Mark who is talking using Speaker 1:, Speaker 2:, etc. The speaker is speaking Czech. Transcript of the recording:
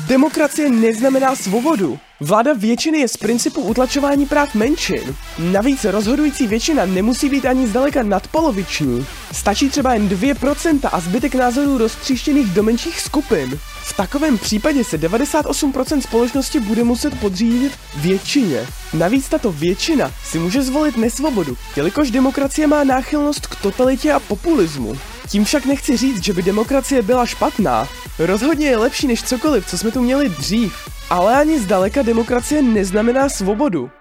Speaker 1: Demokracie neznamená svobodu. Vláda většiny je z principu utlačování práv menšin. Navíc rozhodující většina nemusí být ani zdaleka nadpoloviční. Stačí třeba jen 2% a zbytek názorů roztříštěných do menších skupin. V takovém případě se 98% společnosti bude muset podřídit většině. Navíc tato většina si může zvolit nesvobodu, jelikož demokracie má náchylnost k totalitě a populismu. Tím však nechci říct, že by demokracie byla špatná. Rozhodně je lepší než cokoliv, co jsme tu měli dřív. Ale ani zdaleka demokracie neznamená svobodu.